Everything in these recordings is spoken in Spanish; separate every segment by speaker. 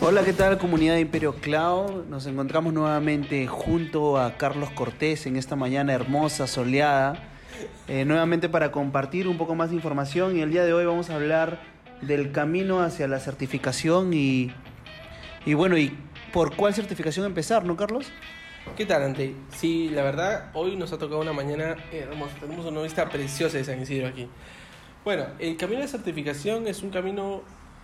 Speaker 1: Hola, ¿qué tal comunidad de Imperio Cloud? Nos encontramos nuevamente junto a Carlos Cortés en esta mañana hermosa, soleada, nuevamente para compartir un poco más de información, y el día de hoy vamos a hablar del camino hacia la certificación y bueno, y por cuál certificación empezar, ¿no, Carlos?
Speaker 2: ¿Qué tal, André? Sí, la verdad, hoy nos ha tocado una mañana hermosa. Tenemos una vista preciosa de San Isidro aquí. Bueno, el camino de certificación es un camino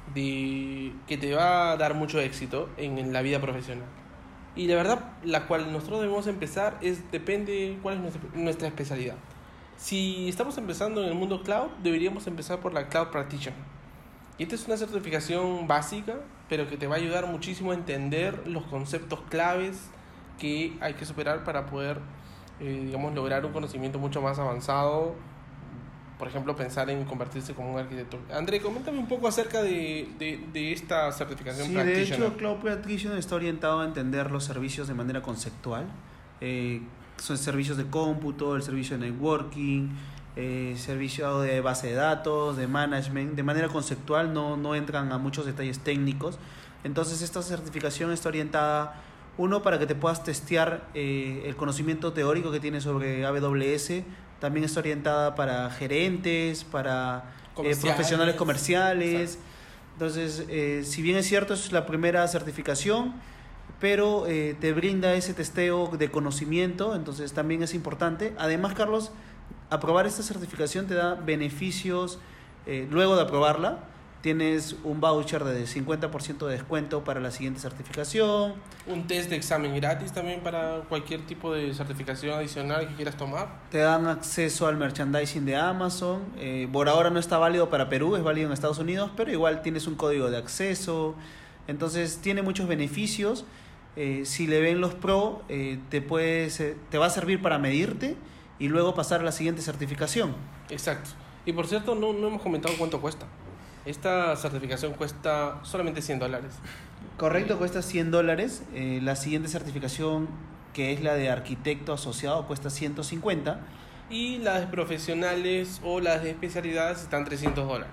Speaker 2: que te va a dar mucho éxito en la vida profesional. Y la verdad, la cual nosotros debemos empezar depende cuál es nuestra especialidad. Si estamos empezando en el mundo cloud, deberíamos empezar por la Cloud Practitioner. Y esta es una certificación básica, pero que te va a ayudar muchísimo a entender los conceptos claves que hay que superar para poder, lograr un conocimiento mucho más avanzado. Por ejemplo, pensar en convertirse como un arquitecto. André, coméntame un poco acerca de esta certificación Practitioner.
Speaker 1: Sí, de hecho, Cloud Practitioner está orientado a entender los servicios de manera conceptual. Son servicios de cómputo, el servicio de networking, servicio de base de datos, de management. De manera conceptual, no entran a muchos detalles técnicos. Entonces, esta certificación está orientada, uno, para que te puedas testear el conocimiento teórico que tienes sobre AWS. También está orientada para gerentes, para profesionales comerciales. Exacto. Entonces, si bien es cierto, es la primera certificación, pero te brinda ese testeo de conocimiento, entonces también es importante. Además, Carlos, aprobar esta certificación te da beneficios. Luego de aprobarla, tienes un voucher de 50% de descuento para la siguiente certificación.
Speaker 2: Un test de examen gratis también para cualquier tipo de certificación adicional que quieras tomar.
Speaker 1: Te dan acceso al merchandising de Amazon. Por ahora no está válido para Perú, es válido en Estados Unidos, pero igual tienes un código de acceso. Entonces tiene muchos beneficios. Si le ven los pro, te va a servir para medirte y luego pasar a la siguiente certificación.
Speaker 2: Exacto. Y por cierto, no hemos comentado cuánto cuesta. Esta certificación cuesta solamente $100.
Speaker 1: Correcto, cuesta $100. La siguiente certificación, que es la de arquitecto asociado, cuesta 150.
Speaker 2: Y las de profesionales o las de especialidades están $300.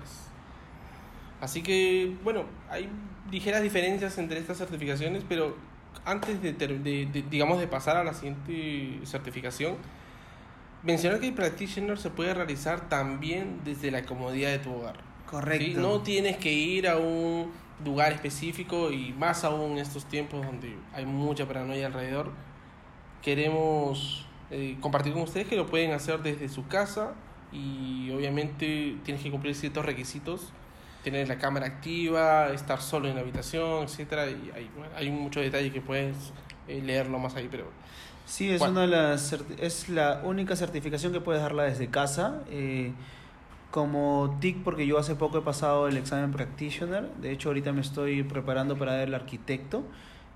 Speaker 2: Así que, bueno, hay ligeras diferencias entre estas certificaciones, pero antes de pasar a la siguiente certificación, mencionar que el Practitioner se puede realizar también desde la comodidad de tu hogar.
Speaker 1: Correcto.
Speaker 2: ¿Sí? No tienes que ir a un lugar específico, y más aún en estos tiempos donde hay mucha paranoia alrededor. Queremos compartir con ustedes que lo pueden hacer desde su casa, y obviamente tienes que cumplir ciertos requisitos: tener la cámara activa, estar solo en la habitación, etcétera. Y hay muchos detalles que puedes leerlo más ahí, pero
Speaker 1: sí, es la única certificación que puedes darla desde casa. Como TIC, porque yo hace poco he pasado el examen Practitioner. De hecho, ahorita me estoy preparando para dar el arquitecto.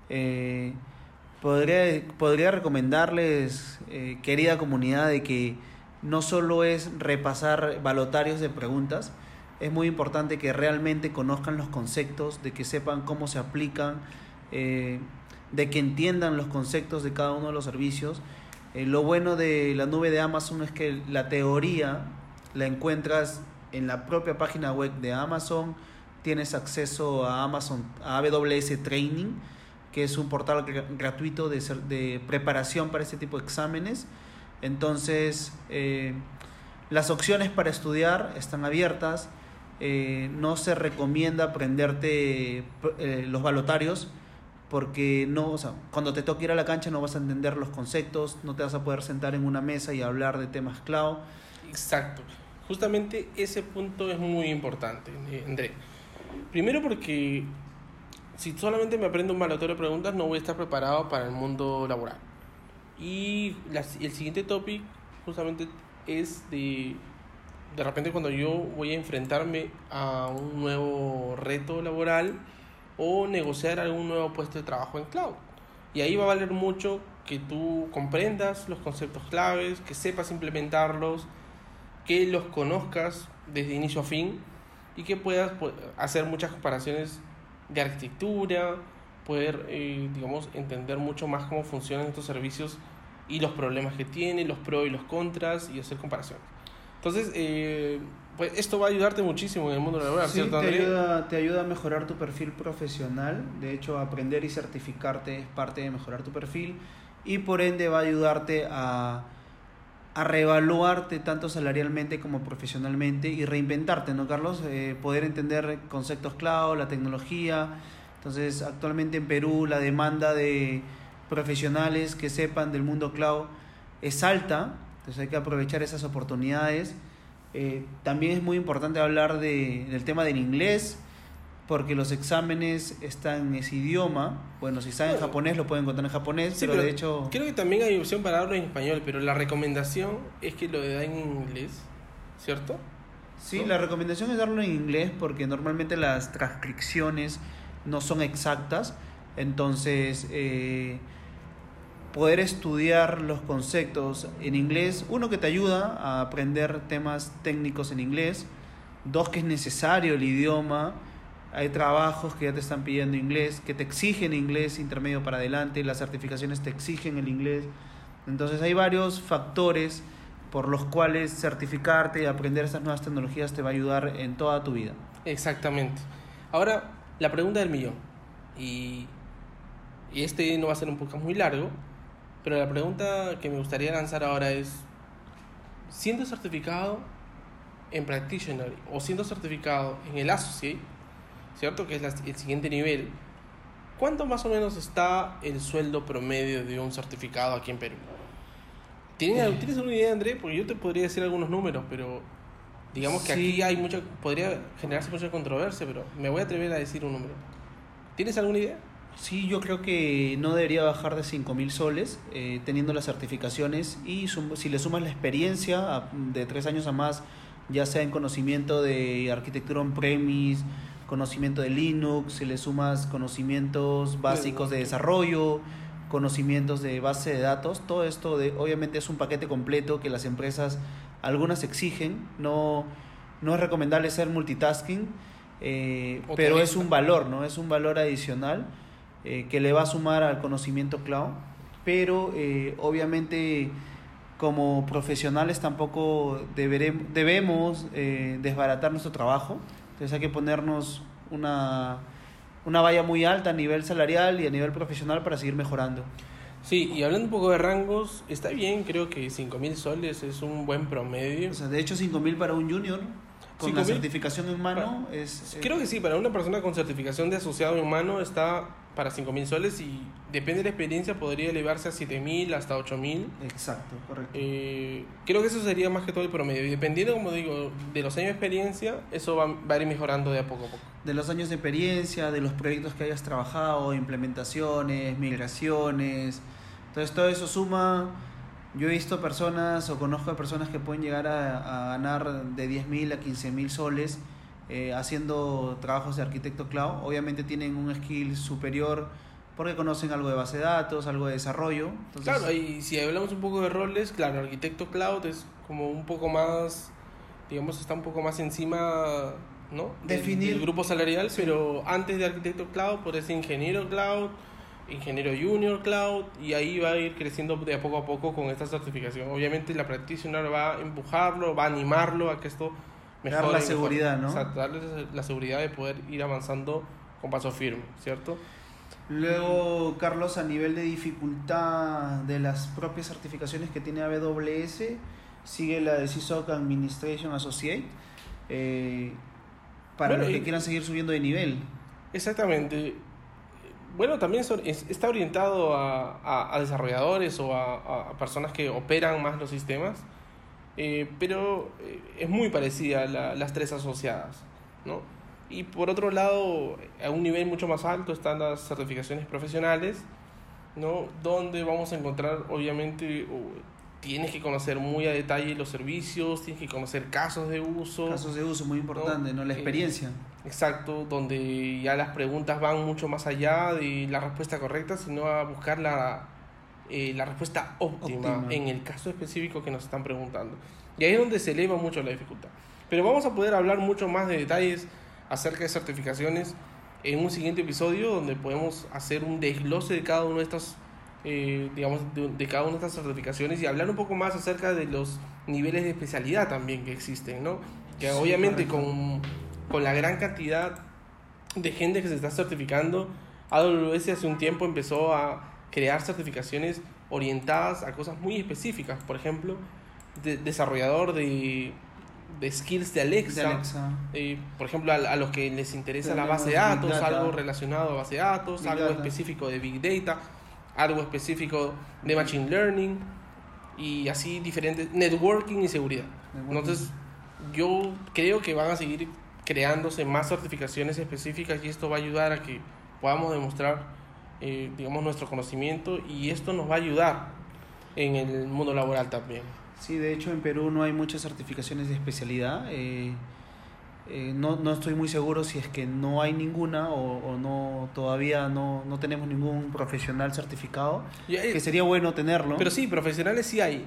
Speaker 1: Podría recomendarles, querida comunidad, de que no solo es repasar balotarios de preguntas. Es muy importante que realmente conozcan los conceptos, de que sepan cómo se aplican, de que entiendan los conceptos de cada uno de los servicios. Lo bueno de la nube de Amazon es que la teoría la encuentras en la propia página web de Amazon. Tienes acceso a AWS Training, que es un portal gratuito de preparación para este tipo de exámenes. Entonces, las opciones para estudiar están abiertas. No se recomienda aprenderte los balotarios, porque cuando te toque ir a la cancha no vas a entender los conceptos, no te vas a poder sentar en una mesa y hablar de temas cloud.
Speaker 2: Exacto. Justamente ese punto es muy importante, André. Primero, porque si solamente me aprendo un balotero de preguntas, no voy a estar preparado para el mundo laboral. Y el siguiente topic justamente es de repente, cuando yo voy a enfrentarme a un nuevo reto laboral o negociar algún nuevo puesto de trabajo en cloud. Y ahí va a valer mucho que tú comprendas los conceptos claves, que sepas implementarlos, que los conozcas desde inicio a fin, y que puedas hacer muchas comparaciones de arquitectura, poder entender mucho más cómo funcionan estos servicios y los problemas que tienen, los pros y los contras, y hacer comparaciones. Entonces, pues esto va a ayudarte muchísimo en el mundo laboral,
Speaker 1: Sí,
Speaker 2: ¿cierto, André?
Speaker 1: te ayuda a mejorar tu perfil profesional. De hecho, aprender y certificarte es parte de mejorar tu perfil y por ende va a ayudarte a reevaluarte tanto salarialmente como profesionalmente y reinventarte, ¿no, Carlos? Poder entender conceptos cloud, la tecnología. Entonces, actualmente en Perú la demanda de profesionales que sepan del mundo cloud es alta, entonces hay que aprovechar esas oportunidades. También es muy importante hablar del tema del inglés, porque los exámenes están en ese idioma. Bueno, si saben japonés lo pueden encontrar en japonés,
Speaker 2: Sí,
Speaker 1: pero de hecho...
Speaker 2: creo que también hay opción para hablarlo en español, pero la recomendación es que lo den en inglés, ¿cierto?
Speaker 1: Sí,
Speaker 2: ¿no?
Speaker 1: la recomendación es darlo en inglés porque normalmente las transcripciones no son exactas, entonces poder estudiar los conceptos en inglés, uno que te ayuda a aprender temas técnicos en inglés, dos que es necesario el idioma, hay trabajos que ya te están pidiendo inglés, que te exigen inglés intermedio para adelante, las certificaciones te exigen el inglés, entonces hay varios factores por los cuales certificarte y aprender estas nuevas tecnologías te va a ayudar en toda tu vida.
Speaker 2: Exactamente. Ahora, la pregunta del millón. Y este no va a ser un podcast muy largo, pero la pregunta que me gustaría lanzar ahora es, siendo certificado en Practitioner o siendo certificado en el Associate, ¿cierto? Que es el siguiente nivel, ¿cuánto más o menos está el sueldo promedio de un certificado aquí en Perú? ¿Tienes una idea, André? Porque yo te podría decir algunos números, pero digamos que
Speaker 1: Sí.
Speaker 2: aquí podría generarse mucha controversia, pero me voy a atrever a decir un número. ¿Tienes alguna idea?
Speaker 1: Sí, yo creo que no debería bajar de 5.000 soles teniendo las certificaciones y si le sumas la experiencia de 3 años a más, ya sea en conocimiento de arquitectura on-premise, conocimiento de Linux, si le sumas conocimientos básicos de desarrollo, conocimientos de base de datos, todo esto obviamente es un paquete completo que las empresas, algunas exigen, no es recomendable ser multitasking, pero es un valor, ¿no? Es un valor adicional que le va a sumar al conocimiento cloud, pero obviamente como profesionales tampoco debemos desbaratar nuestro trabajo, entonces hay que ponernos una valla muy alta a nivel salarial y a nivel profesional para seguir mejorando.
Speaker 2: Sí, y hablando un poco de rangos, está bien, creo que 5.000 soles es un buen promedio.
Speaker 1: O sea, de hecho 5.000 para un junior con la
Speaker 2: 5.000
Speaker 1: certificación en mano es...
Speaker 2: Creo que sí, para una persona con certificación de asociado en mano está para 5.000 soles y depende de la experiencia, podría elevarse a 7.000 hasta 8.000.
Speaker 1: Exacto, correcto.
Speaker 2: Creo que eso sería más que todo el promedio. Y dependiendo, como digo, de los años de experiencia, eso va a ir mejorando de a poco a poco.
Speaker 1: De los años de experiencia, de los proyectos que hayas trabajado, implementaciones, migraciones, entonces todo eso suma. Yo he visto personas o conozco a personas que pueden llegar a ganar de 10.000 a 15.000 soles haciendo trabajos de arquitecto cloud. Obviamente tienen un skill superior porque conocen algo de base de datos, algo de desarrollo. Entonces,
Speaker 2: claro, y si hablamos un poco de roles, claro, arquitecto cloud es como un poco más, digamos, está un poco más encima, ¿no? Del grupo salarial, sí. Pero antes de arquitecto cloud, por ese ingeniero cloud, ingeniero junior cloud, y ahí va a ir creciendo de a poco con esta certificación. Obviamente la practitioner va a empujarlo, va a animarlo a que esto mejore.
Speaker 1: dar la seguridad, ¿no?
Speaker 2: Exacto, darle la seguridad de poder ir avanzando con paso firme, ¿cierto?
Speaker 1: Luego, Carlos, a nivel de dificultad de las propias certificaciones que tiene AWS, sigue la de CISOC Administration Associate, para los que quieran seguir subiendo de nivel.
Speaker 2: Exactamente. Bueno, también está orientado a desarrolladores o a personas que operan más los sistemas, pero es muy parecida a las tres asociadas, ¿no? Y por otro lado, a un nivel mucho más alto están las certificaciones profesionales, ¿no? Donde vamos a encontrar, obviamente, tienes que conocer muy a detalle los servicios, tienes que conocer casos de uso.
Speaker 1: Casos de uso, muy importante, ¿no? La experiencia.
Speaker 2: Exacto, donde ya las preguntas van mucho más allá de la respuesta correcta, sino a buscar la respuesta óptima en el caso específico que nos están preguntando. Y ahí es donde se eleva mucho la dificultad. Pero vamos a poder hablar mucho más de detalles acerca de certificaciones en un siguiente episodio, donde podemos hacer un desglose de cada una de estas digamos, de cada una de estas certificaciones y hablar un poco más acerca de los niveles de especialidad también que existen, ¿no? Que
Speaker 1: Sí,
Speaker 2: obviamente
Speaker 1: correcto.
Speaker 2: con la gran cantidad de gente que se está certificando, AWS hace un tiempo empezó a crear certificaciones orientadas a cosas muy específicas. Por ejemplo, desarrollador de skills de
Speaker 1: De
Speaker 2: Alexa.
Speaker 1: Alexa.
Speaker 2: Por ejemplo, a los que les interesa la
Speaker 1: Tenemos
Speaker 2: base de
Speaker 1: Big
Speaker 2: datos,
Speaker 1: Data.
Speaker 2: algo relacionado a base de datos,
Speaker 1: Big
Speaker 2: algo
Speaker 1: Data.
Speaker 2: específico de Big Data, algo específico de Machine Learning y así diferentes, networking y seguridad.
Speaker 1: Networking.
Speaker 2: Entonces, yo creo que van a seguir creándose más certificaciones específicas y esto va a ayudar a que podamos demostrar, digamos, nuestro conocimiento y esto nos va a ayudar en el mundo laboral también.
Speaker 1: Sí, de hecho en Perú no hay muchas certificaciones de especialidad. No estoy muy seguro si es que no hay ninguna o no todavía no tenemos ningún profesional certificado, que sería bueno tenerlo.
Speaker 2: Pero sí, profesionales sí hay.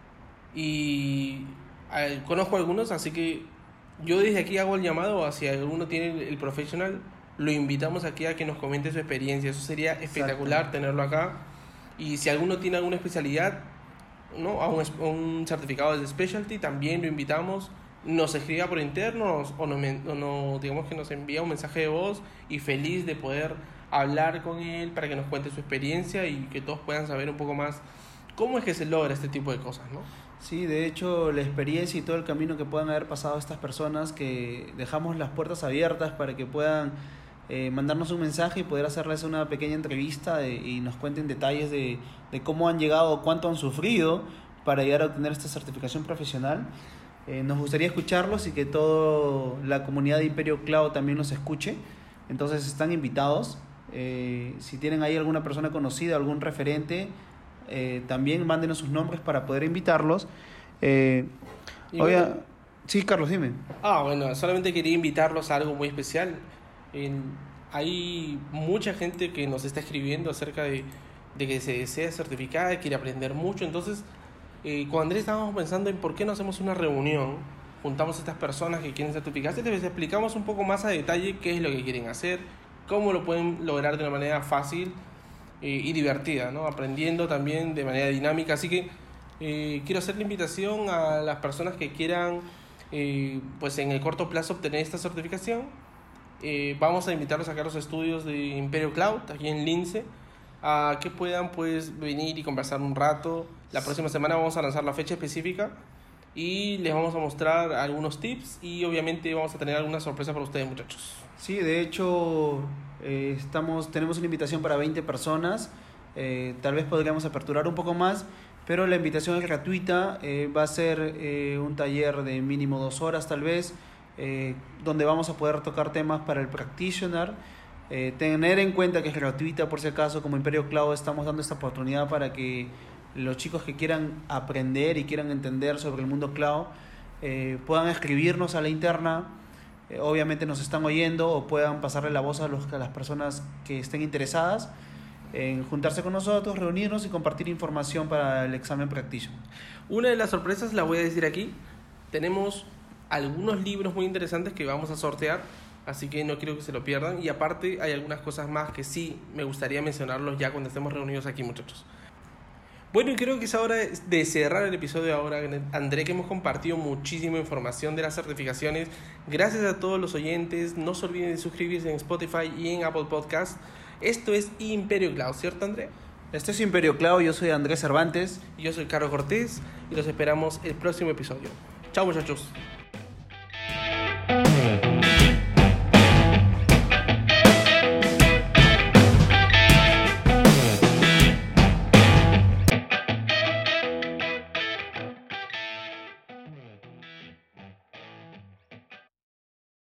Speaker 2: Y conozco algunos, así que yo desde aquí hago el llamado a si alguno tiene el profesional, lo invitamos aquí a que nos comente su experiencia. Eso sería espectacular.
Speaker 1: Exacto.
Speaker 2: Tenerlo acá. Y si alguno tiene alguna especialidad, ¿no? A un certificado de specialty, también lo invitamos. Nos escriba por interno digamos que nos envía un mensaje de voz y feliz de poder hablar con él para que nos cuente su experiencia y que todos puedan saber un poco más cómo es que se logra este tipo de cosas, ¿no?
Speaker 1: Sí, de hecho la experiencia y todo el camino que puedan haber pasado estas personas, que dejamos las puertas abiertas para que puedan mandarnos un mensaje y poder hacerles una pequeña entrevista y nos cuenten detalles de cómo han llegado, cuánto han sufrido para llegar a obtener esta certificación profesional. Nos gustaría escucharlos y que toda la comunidad de Imperio Cloud también nos escuche. Entonces están invitados. Si tienen ahí alguna persona conocida, algún referente, también mándenos sus nombres para poder invitarlos.
Speaker 2: Y bueno,
Speaker 1: Sí, Carlos, dime.
Speaker 2: bueno, solamente quería invitarlos a algo muy especial. Hay mucha gente que nos está escribiendo acerca de que se desea certificar, quiere aprender mucho. Entonces, con Andrés estábamos pensando en por qué no hacemos una reunión, juntamos a estas personas que quieren certificarse y les explicamos un poco más a detalle qué es lo que quieren hacer, cómo lo pueden lograr de una manera fácil y divertida, ¿no? Aprendiendo también de manera dinámica. Así que quiero hacer la invitación a las personas que quieran pues en el corto plazo obtener esta certificación. Vamos a invitarlos acá a los estudios de Imperio Cloud, aquí en Lince, a que puedan pues venir y conversar un rato. La próxima semana vamos a lanzar la fecha específica y les vamos a mostrar algunos tips y obviamente vamos a tener alguna sorpresa para ustedes, muchachos.
Speaker 1: Sí, de hecho tenemos una invitación para 20 personas. Tal vez podríamos aperturar un poco más, pero la invitación es gratuita. Va a ser un taller de mínimo 2 horas tal vez, donde vamos a poder tocar temas para el practitioner. Tener en cuenta que es gratuita, por si acaso. Como Imperio Cloud estamos dando esta oportunidad para que los chicos que quieran aprender y quieran entender sobre el mundo cloud puedan escribirnos a la interna. Obviamente nos están oyendo, o puedan pasarle la voz a las personas que estén interesadas en juntarse con nosotros, reunirnos y compartir información para el examen practitioner.
Speaker 2: Una de las sorpresas la voy a decir aquí. Tenemos algunos libros muy interesantes que vamos a sortear, así que no quiero que se lo pierdan. Y aparte hay algunas cosas más que sí me gustaría mencionarlos ya cuando estemos reunidos aquí, muchachos. Bueno, y creo que es hora de cerrar el episodio ahora, André, que hemos compartido muchísima información de las certificaciones. Gracias a todos los oyentes. No se olviden de suscribirse en Spotify y en Apple Podcast. Esto es Imperio Cloud, ¿cierto, André?
Speaker 1: Este es Imperio Cloud, yo soy Andrés Cervantes.
Speaker 2: Yo soy Carlos Cortés y los esperamos el próximo episodio. Chao, muchachos.